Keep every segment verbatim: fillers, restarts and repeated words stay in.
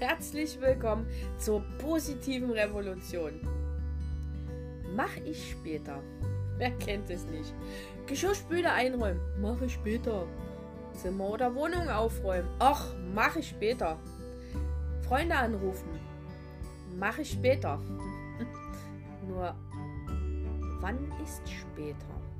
herzlich willkommen zur positiven Revolution. Mach ich später. Wer kennt es nicht? Geschirrspüle einräumen. Mach ich später. Zimmer oder Wohnung aufräumen. Ach, mach ich später. Freunde anrufen. Mach ich später. Nur, wann ist später?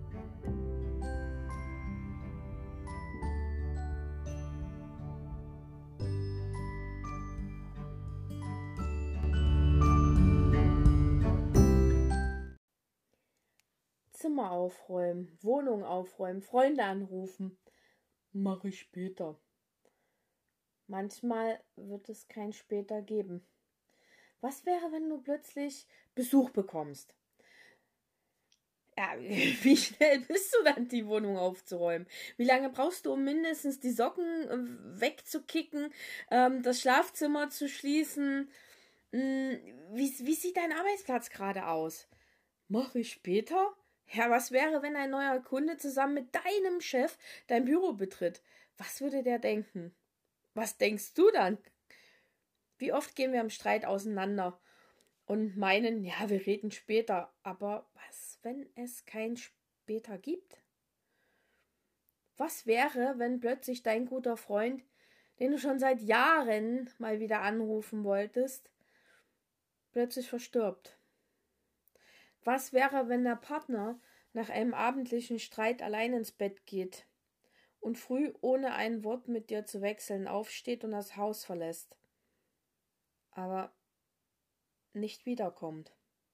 Zimmer aufräumen, Wohnung aufräumen, Freunde anrufen. Mache ich später. Manchmal wird es kein später geben. Was wäre, wenn du plötzlich Besuch bekommst? Ja, wie schnell bist du dann, die Wohnung aufzuräumen? Wie lange brauchst du, um mindestens die Socken wegzukicken, ähm, das Schlafzimmer zu schließen? Hm, wie, wie sieht dein Arbeitsplatz gerade aus? Mache ich später? Ja, was wäre, wenn ein neuer Kunde zusammen mit deinem Chef dein Büro betritt? Was würde der denken? Was denkst du dann? Wie oft gehen wir im Streit auseinander und meinen, ja, wir reden später. Aber was, wenn es kein später gibt? Was wäre, wenn plötzlich dein guter Freund, den du schon seit Jahren mal wieder anrufen wolltest, plötzlich verstirbt? Was wäre, wenn der Partner nach einem abendlichen Streit allein ins Bett geht und früh ohne ein Wort mit dir zu wechseln aufsteht und das Haus verlässt, aber nicht wiederkommt?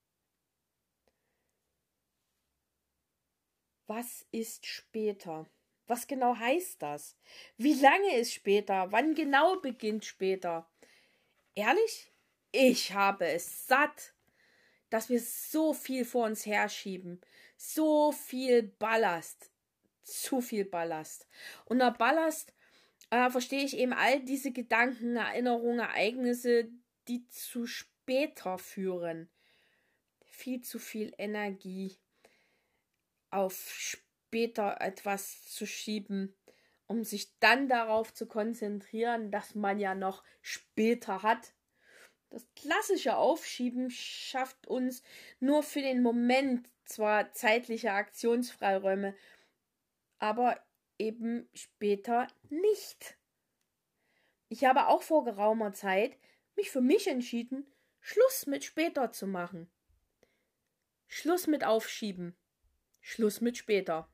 Was ist später? Was genau heißt das? Wie lange ist später? Wann genau beginnt später? Ehrlich? Ich habe es satt, dass wir so viel vor uns herschieben. So viel Ballast. Zu viel Ballast. Unter Ballast äh, verstehe ich eben all diese Gedanken, Erinnerungen, Ereignisse, die zu später führen. Viel zu viel Energie auf später etwas zu schieben, um sich dann darauf zu konzentrieren, dass man ja noch später hat. Das klassische Aufschieben schafft uns nur für den Moment zwar zeitliche Aktionsfreiräume, aber eben später nicht. Ich habe auch vor geraumer Zeit mich für mich entschieden, Schluss mit später zu machen. Schluss mit Aufschieben. Schluss mit später.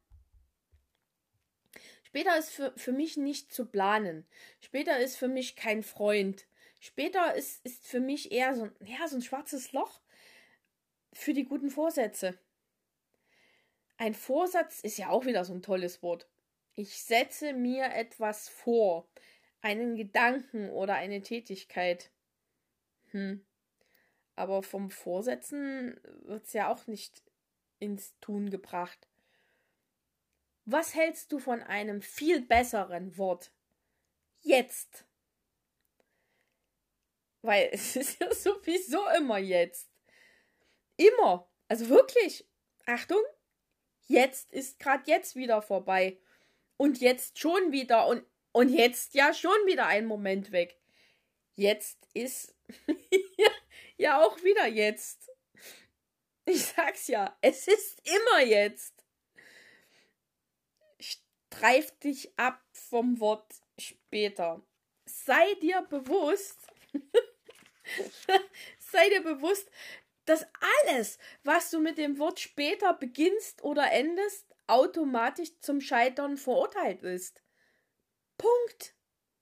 Später ist für, für mich nicht zu planen. Später ist für mich kein Freund. Später ist, ist für mich eher so, ja, so ein schwarzes Loch für die guten Vorsätze. Ein Vorsatz ist ja auch wieder so ein tolles Wort. Ich setze mir etwas vor, einen Gedanken oder eine Tätigkeit. Hm. Aber vom Vorsetzen wird es ja auch nicht ins Tun gebracht. Was hältst du von einem viel besseren Wort? Jetzt. Weil es ist ja sowieso immer jetzt. Immer. Also wirklich. Achtung. Jetzt ist gerade jetzt wieder vorbei. Und jetzt schon wieder. Und, und jetzt ja schon wieder ein Moment weg. Jetzt ist ja auch wieder jetzt. Ich sag's ja. Es ist immer jetzt. Streif dich ab vom Wort später. Sei dir bewusst, sei dir bewusst, dass alles, was du mit dem Wort später beginnst oder endest, automatisch zum Scheitern verurteilt ist. Punkt.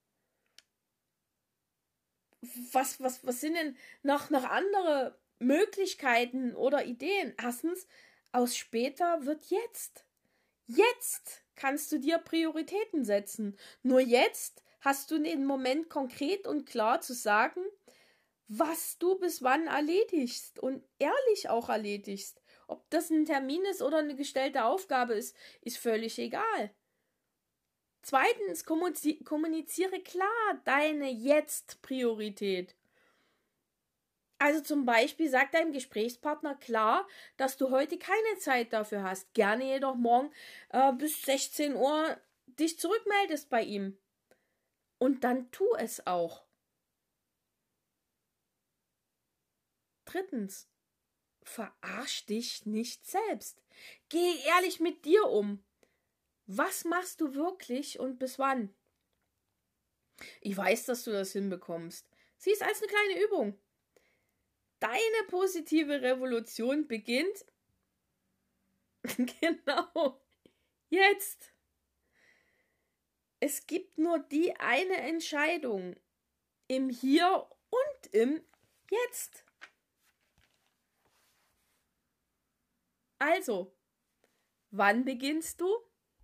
Was, was, was sind denn noch, noch andere Möglichkeiten oder Ideen? Erstens, aus später wird jetzt. Jetzt kannst du dir Prioritäten setzen. Nur jetzt hast du den Moment konkret und klar zu sagen, was du bis wann erledigst und ehrlich auch erledigst. Ob das ein Termin ist oder eine gestellte Aufgabe ist, ist völlig egal. Zweitens, kommuniziere klar deine Jetzt-Priorität. Also zum Beispiel sag deinem Gesprächspartner klar, dass du heute keine Zeit dafür hast. Gerne jedoch morgen äh, bis sechzehn Uhr dich zurückmeldest bei ihm. Und dann tu es auch. Drittens, verarsch dich nicht selbst. Geh ehrlich mit dir um. Was machst du wirklich und bis wann? Ich weiß, dass du das hinbekommst. Sieh es als eine kleine Übung. Deine positive Revolution beginnt genau jetzt. Es gibt nur die eine Entscheidung im Hier und im Jetzt. Also, wann beginnst du?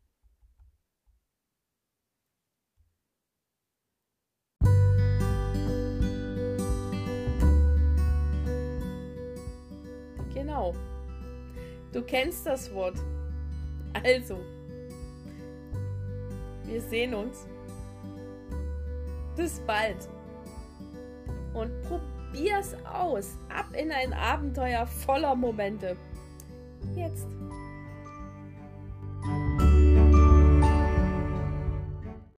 Genau. Du kennst das Wort. Also, wir sehen uns. Bis bald. Und probier's aus. Ab in ein Abenteuer voller Momente. Jetzt.